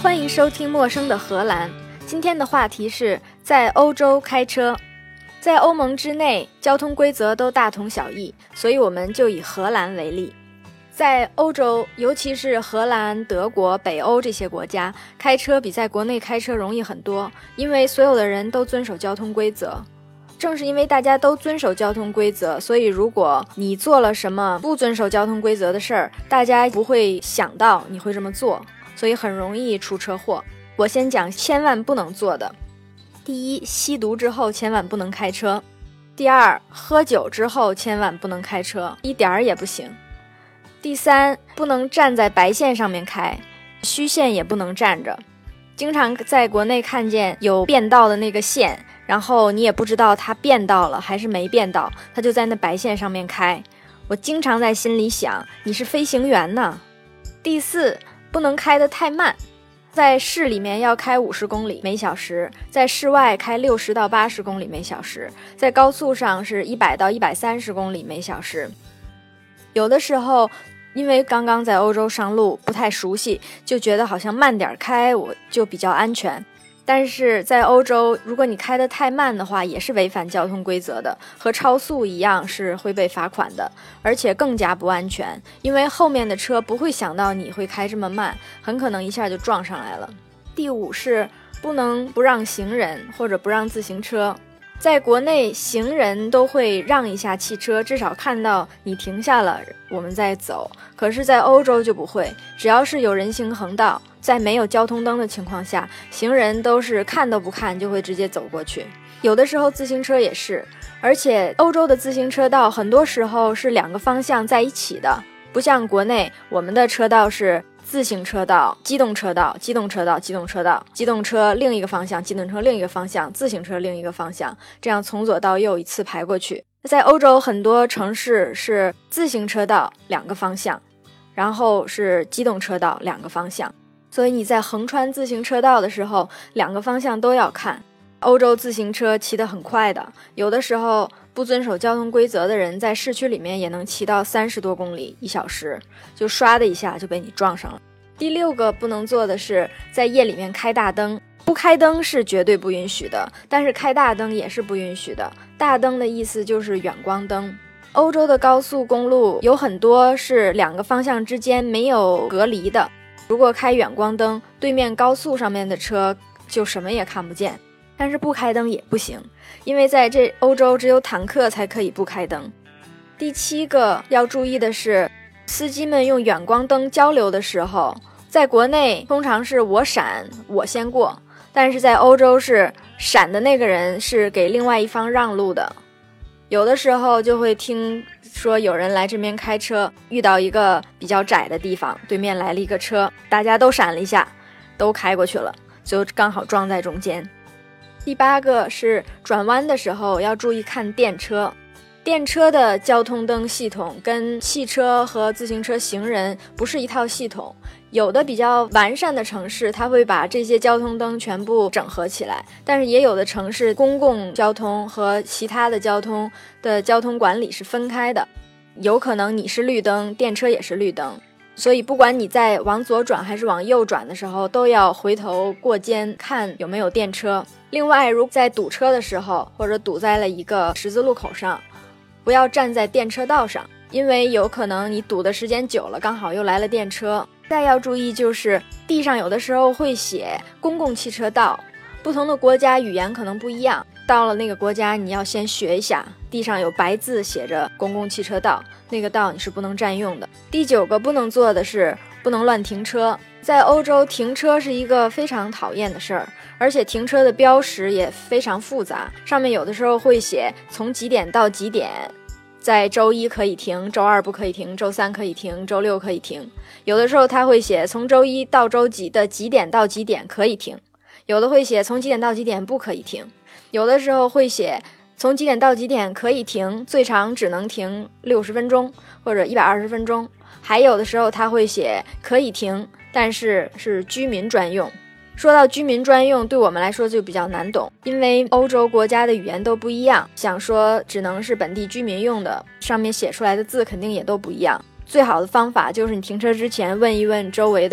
欢迎收听陌生的荷兰。今天的话题是在欧洲开车。在欧盟之内，交通规则都大同小异，所以我们就以荷兰为例。在欧洲，尤其是荷兰、德国、北欧这些国家，开车比在国内开车容易很多，因为所有的人都遵守交通规则。正是因为大家都遵守交通规则，所以如果你做了什么不遵守交通规则的事儿，大家不会想到你会这么做，所以很容易出车祸。我先讲千万不能做的。第一，吸毒之后千万不能开车。第二，喝酒之后千万不能开车，一点儿也不行。第三，不能站在白线上面开，虚线也不能站着。经常在国内看见有变道的那个线，然后你也不知道它变道了还是没变道，它就在那白线上面开。我经常在心里想，你是飞行员呢。第四，不能开得太慢。在市里面要开50公里每小时，在室外开60到80公里每小时，在高速上是100到130公里每小时。有的时候因为刚刚在欧洲上路不太熟悉，就觉得好像慢点开我就比较安全。但是在欧洲，如果你开得太慢的话，也是违反交通规则的，和超速一样是会被罚款的，而且更加不安全，因为后面的车不会想到你会开这么慢，很可能一下就撞上来了。第五是不能不让行人或者不让自行车。在国内，行人都会让一下汽车，至少看到你停下了，我们再走。可是在欧洲就不会，只要是有人行横道，在没有交通灯的情况下，行人都是看都不看就会直接走过去。有的时候自行车也是，而且欧洲的自行车道很多时候是两个方向在一起的，不像国内我们的车道是自行车道、机动车道、机动车道、机动车道，机动车另一个方向，机动车另一个方向，自行车另一个方向，这样从左到右一次排过去。在欧洲很多城市是自行车道两个方向，然后是机动车道两个方向，所以你在横穿自行车道的时候，两个方向都要看。欧洲自行车骑得很快的，有的时候不遵守交通规则的人在市区里面也能骑到30多公里一小时，就唰的一下就被你撞上了。第六个不能做的是在夜里面开大灯。不开灯是绝对不允许的，但是开大灯也是不允许的。大灯的意思就是远光灯。欧洲的高速公路有很多是两个方向之间没有隔离的，如果开远光灯，对面高速上面的车就什么也看不见。但是不开灯也不行，因为在这欧洲只有坦克才可以不开灯。第七个要注意的是，司机们用远光灯交流的时候，在国内通常是我闪我先过，但是在欧洲是闪的那个人是给另外一方让路的。有的时候就会听说有人来这边开车，遇到一个比较窄的地方，对面来了一个车，大家都闪了一下，都开过去了，就刚好撞在中间。第八个是转弯的时候要注意看电车。电车的交通灯系统跟汽车和自行车行人不是一套系统，有的比较完善的城市它会把这些交通灯全部整合起来，但是也有的城市公共交通和其他的交通的交通管理是分开的，有可能你是绿灯，电车也是绿灯，所以不管你在往左转还是往右转的时候，都要回头过肩看有没有电车。另外，如果在堵车的时候，或者堵在了一个十字路口上，不要站在电车道上，因为有可能你堵的时间久了，刚好又来了电车。再要注意就是地上有的时候会写公共汽车道，不同的国家语言可能不一样，到了那个国家你要先学一下，地上有白字写着公共汽车道，那个道你是不能占用的。第九个不能做的是不能乱停车。在欧洲停车是一个非常讨厌的事儿，而且停车的标识也非常复杂，上面有的时候会写从几点到几点，在周一可以停，周二不可以停，周三可以停，周六可以停。有的时候他会写从周一到周几的几点到几点可以停，有的会写从几点到几点不可以停，有的时候会写从几点到几点可以停，最长只能停60分钟或者120分钟，还有的时候他会写可以停，但是是居民专用。说到居民专用，对我们来说就比较难懂，因为欧洲国家的语言都不一样，想说只能是本地居民用的，上面写出来的字肯定也都不一样。最好的方法就是你停车之前问一问周围的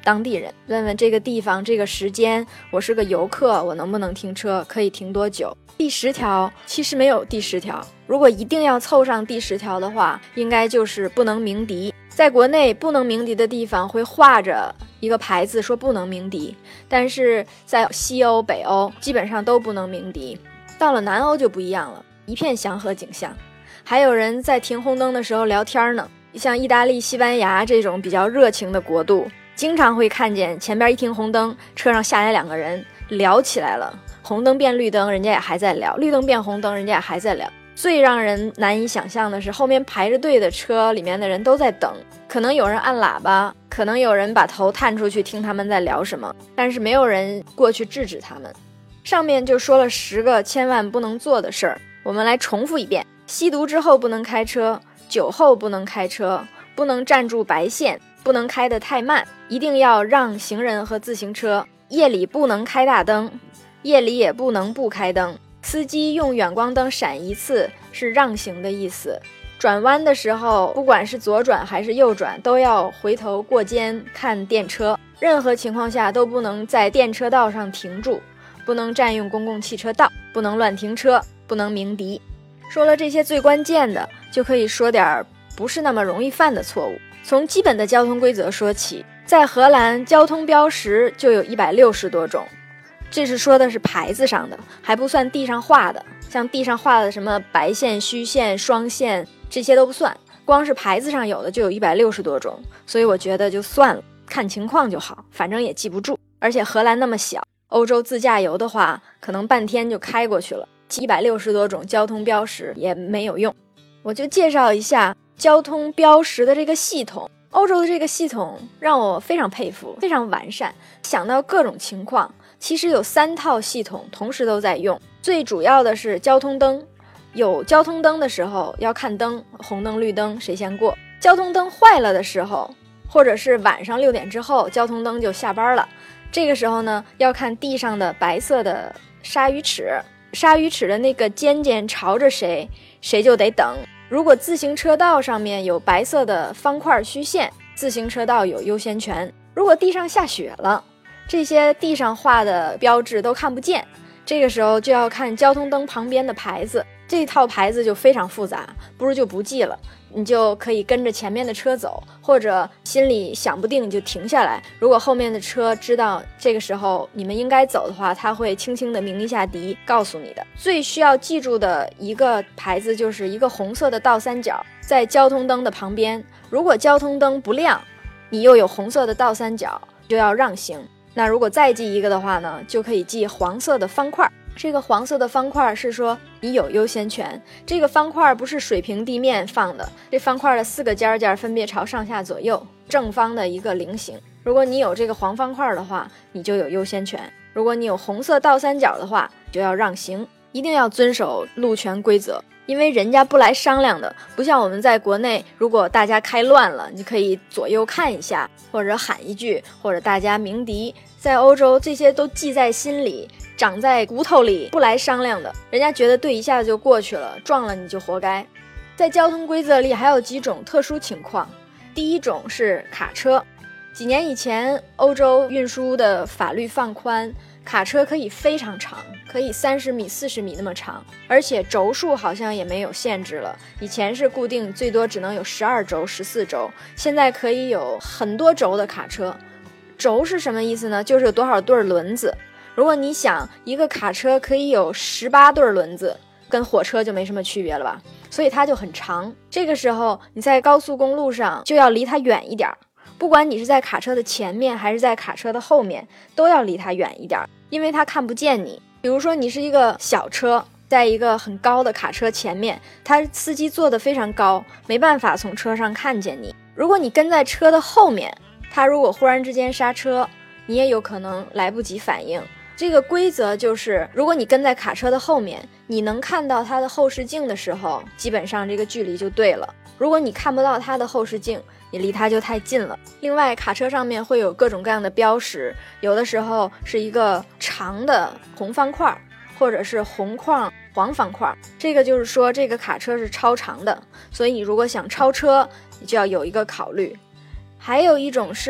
当地人，问问这个地方这个时间，我是个游客，我能不能停车，可以停多久。第10条其实没有第10条，如果一定要凑上第10条的话，应该就是不能鸣笛。在国内不能鸣笛的地方会画着一个牌子说不能鸣笛，但是在西欧、北欧基本上都不能鸣笛。到了南欧就不一样了，一片祥和景象，还有人在停红灯的时候聊天呢。像意大利、西班牙这种比较热情的国度，经常会看见前边一停红灯，车上下来2个人聊起来了，红灯变绿灯，人家也还在聊，绿灯变红灯，人家也还在聊。最让人难以想象的是，后面排着队的车里面的人都在等，可能有人按喇叭，可能有人把头探出去听他们在聊什么，但是没有人过去制止他们。上面就说了10个千万不能做的事儿，我们来重复一遍：吸毒之后不能开车，酒后不能开车，不能站住白线，不能开得太慢，一定要让行人和自行车，夜里不能开大灯，夜里也不能不开灯，司机用远光灯闪1次是让行的意思，转弯的时候不管是左转还是右转都要回头过肩看电车，任何情况下都不能在电车道上停住，不能占用公共汽车道，不能乱停车，不能鸣笛。说了这些最关键的，就可以说点不是那么容易犯的错误。从基本的交通规则说起，在荷兰交通标识就有160多种，这是说的是牌子上的，还不算地上画的，像地上画的什么白线、虚线、双线，这些都不算，光是牌子上有的就有160多种，所以我觉得就算了，看情况就好，反正也记不住。而且荷兰那么小，欧洲自驾游的话，可能半天就开过去了，160多种交通标识也没有用。我就介绍一下交通标识的这个系统。欧洲的这个系统让我非常佩服，非常完善，想到各种情况，其实有3套系统同时都在用。最主要的是交通灯，有交通灯的时候要看灯，红灯绿灯谁先过。交通灯坏了的时候，或者是晚上6点之后交通灯就下班了，这个时候呢要看地上的白色的鲨鱼齿，鲨鱼齿的那个尖尖朝着谁，谁就得等。如果自行车道上面有白色的方块虚线，自行车道有优先权。如果地上下雪了，这些地上画的标志都看不见，这个时候就要看交通灯旁边的牌子，这套牌子就非常复杂，不如就不记了，你就可以跟着前面的车走，或者心里想不定你就停下来，如果后面的车知道这个时候你们应该走的话，他会轻轻地鸣一下笛告诉你的。最需要记住的一个牌子就是一个红色的倒三角，在交通灯的旁边，如果交通灯不亮，你又有红色的倒三角，就要让行。那如果再记一个的话呢，就可以记黄色的方块。这个黄色的方块是说你有优先权，这个方块不是水平地面放的，这方块的4个尖尖分别朝上下左右，正方的一个菱形。如果你有这个黄方块的话，你就有优先权；如果你有红色倒三角的话，就要让行。一定要遵守路权规则，因为人家不来商量的，不像我们在国内，如果大家开乱了，你可以左右看一下，或者喊一句，或者大家鸣笛。在欧洲这些都记在心里，长在骨头里，不来商量的，人家觉得对一下子就过去了，撞了你就活该。在交通规则里还有几种特殊情况，第一种是卡车。几年以前欧洲运输的法律放宽，卡车可以非常长，可以30米40米那么长，而且轴数好像也没有限制了，以前是固定最多只能有12轴14轴，现在可以有很多轴的卡车。轴是什么意思呢？就是有多少对轮子。如果你想一个卡车可以有18对轮子，跟火车就没什么区别了吧，所以它就很长。这个时候你在高速公路上就要离它远一点，不管你是在卡车的前面还是在卡车的后面，都要离它远一点，因为它看不见你。比如说你是一个小车，在一个很高的卡车前面，它司机坐得非常高，没办法从车上看见你。如果你跟在车的后面，他如果忽然之间刹车，你也有可能来不及反应。这个规则就是，如果你跟在卡车的后面，你能看到它的后视镜的时候，基本上这个距离就对了。如果你看不到它的后视镜，你离它就太近了。另外，卡车上面会有各种各样的标识，有的时候是一个长的红方块，或者是红框黄方块，这个就是说这个卡车是超长的，所以你如果想超车，你就要有一个考虑。还有一种是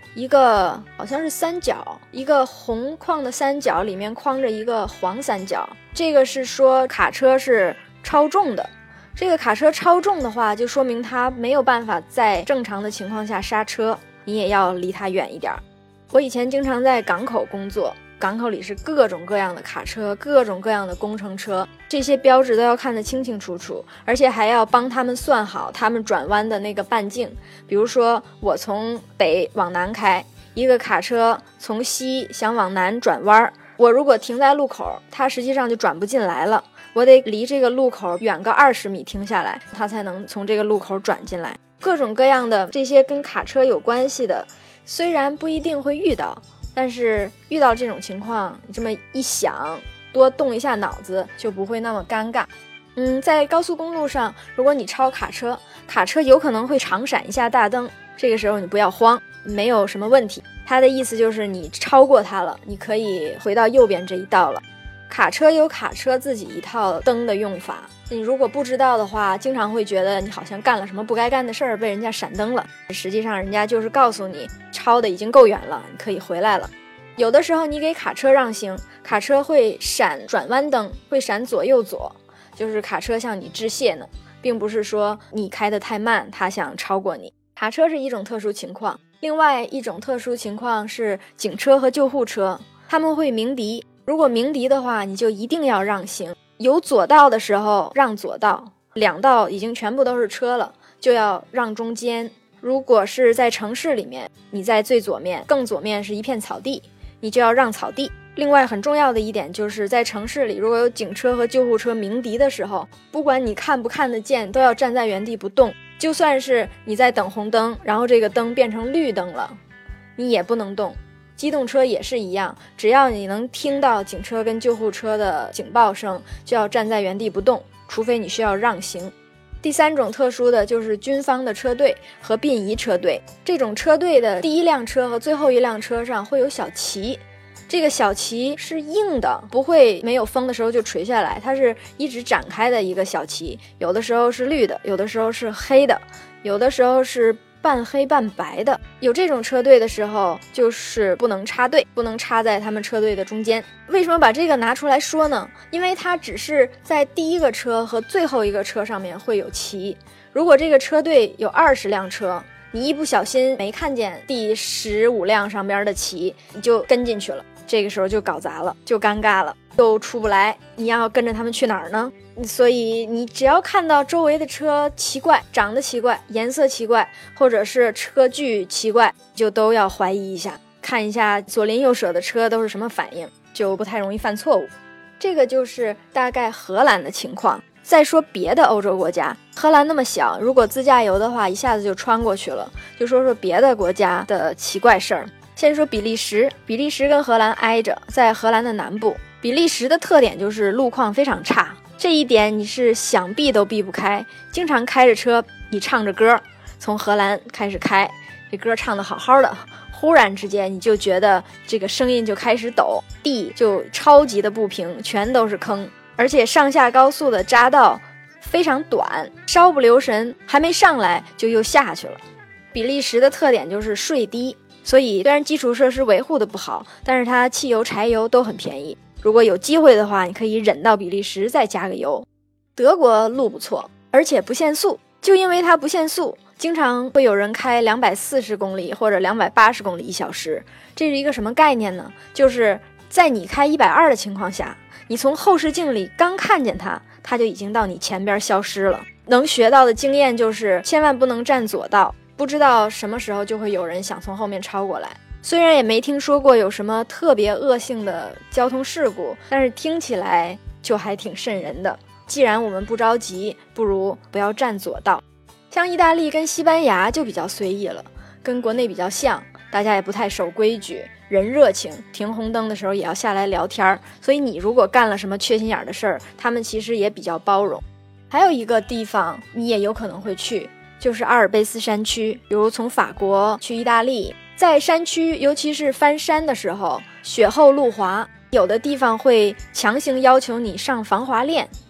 一个好像是三角，一个红框的三角里面框着一个黄三角，这个是说卡车是超重的。这个卡车超重的话，就说明它没有办法在正常的情况下刹车，你也要离它远一点。我以前经常在港口工作，港口里是各种各样的卡车，各种各样的工程车，这些标志都要看得清清楚楚，而且还要帮他们算好他们转弯的那个半径。比如说我从北往南开，一个卡车从西想往南转弯，我如果停在路口，它实际上就转不进来了，我得离这个路口远个20米停下来，它才能从这个路口转进来。各种各样的这些跟卡车有关系的，虽然不一定会遇到，但是遇到这种情况，你这么一想，多动一下脑子，就不会那么尴尬。在高速公路上，如果你超卡车，卡车有可能会长闪一下大灯，这个时候你不要慌，没有什么问题。它的意思就是你超过它了，你可以回到右边这一道了。卡车有卡车自己一套灯的用法，你如果不知道的话，经常会觉得你好像干了什么不该干的事儿，被人家闪灯了。实际上人家就是告诉你超的已经够远了，你可以回来了。有的时候你给卡车让行，卡车会闪转弯灯，会闪左右左，就是卡车向你致谢呢，并不是说你开得太慢，他想超过你。卡车是一种特殊情况，另外一种特殊情况是警车和救护车，他们会鸣笛。如果鸣笛的话，你就一定要让行。有左道的时候让左道，两道已经全部都是车了，就要让中间。如果是在城市里面，你在最左面，更左面是一片草地，你就要让草地。另外很重要的一点就是在城市里，如果有警车和救护车鸣笛的时候，不管你看不看得见，都要站在原地不动。就算是你在等红灯，然后这个灯变成绿灯了，你也不能动。机动车也是一样，只要你能听到警车跟救护车的警报声，就要站在原地不动，除非你需要让行。第三种特殊的就是军方的车队和殡仪车队，这种车队的第一辆车和最后一辆车上会有小旗，这个小旗是硬的，不会没有风的时候就垂下来，它是一直展开的一个小旗，有的时候是绿的，有的时候是黑的，有的时候是半黑半白的。有这种车队的时候，就是不能插队，不能插在他们车队的中间。为什么把这个拿出来说呢？因为它只是在第一个车和最后一个车上面会有旗，如果这个车队有20辆车，你一不小心没看见第15辆上边的旗，你就跟进去了，这个时候就搞砸了，就尴尬了，又出不来。你要跟着他们去哪儿呢？所以你只要看到周围的车奇怪，长得奇怪，颜色奇怪，或者是车距奇怪，就都要怀疑一下，看一下左邻右舍的车都是什么反应，就不太容易犯错误。这个就是大概荷兰的情况。再说别的欧洲国家，荷兰那么小，如果自驾游的话，一下子就穿过去了。就说说别的国家的奇怪事儿。先说比利时，比利时跟荷兰挨着，在荷兰的南部。比利时的特点就是路况非常差，这一点你是想避都避不开。经常开着车，你唱着歌，从荷兰开始开，这歌唱得好好的，忽然之间你就觉得这个声音就开始抖，地就超级的不平，全都是坑，而且上下高速的匝道非常短，稍不留神还没上来就又下去了。比利时的特点就是税低，所以虽然基础设施维护的不好，但是它汽油柴油都很便宜。如果有机会的话，你可以忍到比利时再加个油。德国路不错，而且不限速，就因为它不限速，经常会有人开240公里或者280公里1小时。这是一个什么概念呢？就是在你开120的情况下，你从后视镜里刚看见它就已经到你前边消失了。能学到的经验就是千万不能占左道，不知道什么时候就会有人想从后面超过来。虽然也没听说过有什么特别恶性的交通事故，但是听起来就还挺瘆人的。既然我们不着急，不如不要占左道。像意大利跟西班牙就比较随意了，跟国内比较像，大家也不太守规矩，人热情，停红灯的时候也要下来聊天，所以你如果干了什么缺心眼的事儿，他们其实也比较包容。还有一个地方你也有可能会去，就是阿尔卑斯山区，比如从法国去意大利，在山区尤其是翻山的时候，雪厚路滑，有的地方会强行要求你上防滑链。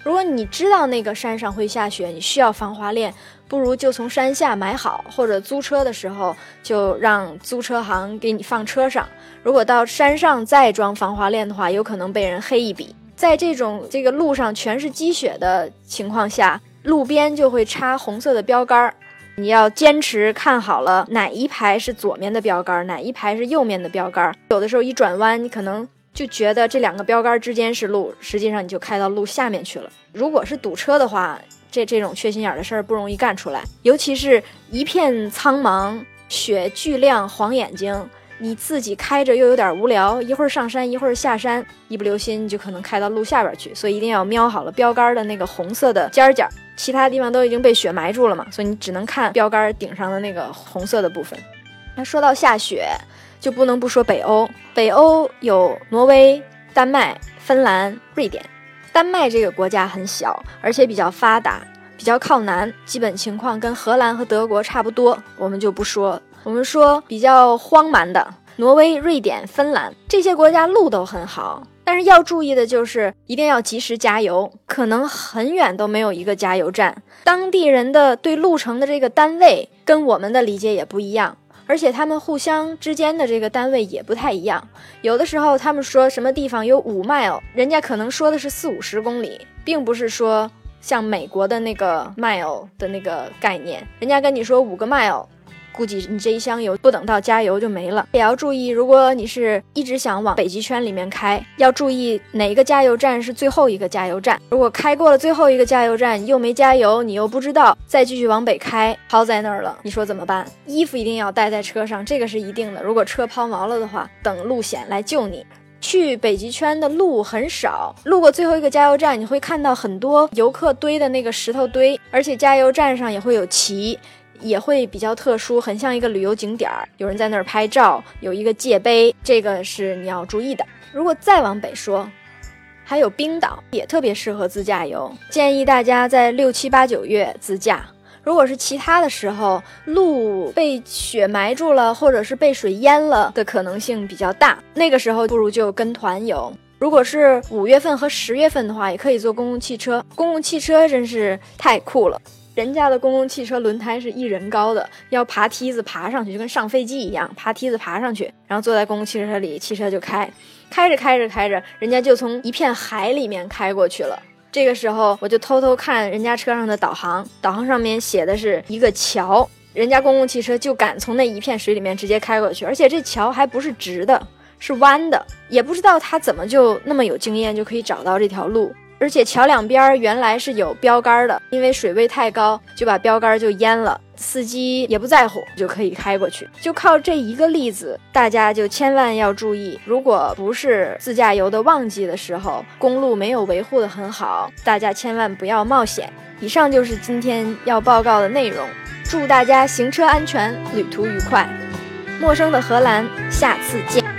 如果你知道那个山上会下雪，你需要防滑链，不如就从山下买好，或者租车的时候就让租车行给你放车上。如果到山上再装防滑链的话，有可能被人黑一笔。在这个路上全是积雪的情况下，路边就会插红色的标杆，你要坚持看好了哪一排是左面的标杆，哪一排是右面的标杆。有的时候一转弯，你可能就觉得这两个标杆之间是路，实际上你就开到路下面去了。如果是堵车的话，这种缺心眼的事儿不容易干出来，尤其是一片苍茫，雪巨亮，晃眼睛，你自己开着又有点无聊，一会儿上山一会儿下山，一不留心就可能开到路下边去。所以一定要瞄好了标杆的那个红色的尖尖，其他地方都已经被雪埋住了嘛，所以你只能看标杆顶上的那个红色的部分。那说到下雪，就不能不说北欧。北欧有挪威、丹麦、芬兰、瑞典。丹麦这个国家很小，而且比较发达，比较靠南，基本情况跟荷兰和德国差不多，我们就不说。我们说比较荒蛮的挪威、瑞典、芬兰，这些国家路都很好，但是要注意的就是一定要及时加油，可能很远都没有一个加油站。当地人的对路程的这个单位跟我们的理解也不一样，而且他们互相之间的这个单位也不太一样。有的时候他们说什么地方有5 mile， 人家可能说的是40-50公里，并不是说像美国的那个 mile 的那个概念，人家跟你说5个 mile，估计你这一箱油不等到加油就没了。也要注意，如果你是一直想往北极圈里面开，要注意哪一个加油站是最后一个加油站。如果开过了最后一个加油站，你又没加油，你又不知道，再继续往北开，抛在那儿了，你说怎么办？衣服一定要带在车上，这个是一定的。如果车抛锚了的话，等路险来救你。去北极圈的路很少，路过最后一个加油站，你会看到很多游客堆的那个石头堆，而且加油站上也会有旗，也会比较特殊，很像一个旅游景点，有人在那儿拍照，有一个界碑，这个是你要注意的。如果再往北说，还有冰岛，也特别适合自驾游，建议大家在6、7、8、9月自驾。如果是其他的时候，路被雪埋住了，或者是被水淹了的可能性比较大，那个时候不如就跟团游。如果是5月份和10月份的话，也可以坐公共汽车。公共汽车真是太酷了，人家的公共汽车轮胎是1人高的，要爬梯子爬上去，就跟上飞机一样，爬梯子爬上去，然后坐在公共汽车里，汽车就开着，人家就从一片海里面开过去了。这个时候我就偷偷看人家车上的导航，导航上面写的是一个桥，人家公共汽车就敢从那一片水里面直接开过去，而且这桥还不是直的，是弯的，也不知道他怎么就那么有经验，就可以找到这条路。而且桥两边原来是有标杆的，因为水位太高，就把标杆就淹了，司机也不在乎，就可以开过去。就靠这一个例子，大家就千万要注意，如果不是自驾游的旺季的时候，公路没有维护得很好，大家千万不要冒险。以上就是今天要报告的内容，祝大家行车安全，旅途愉快。陌生的荷兰，下次见。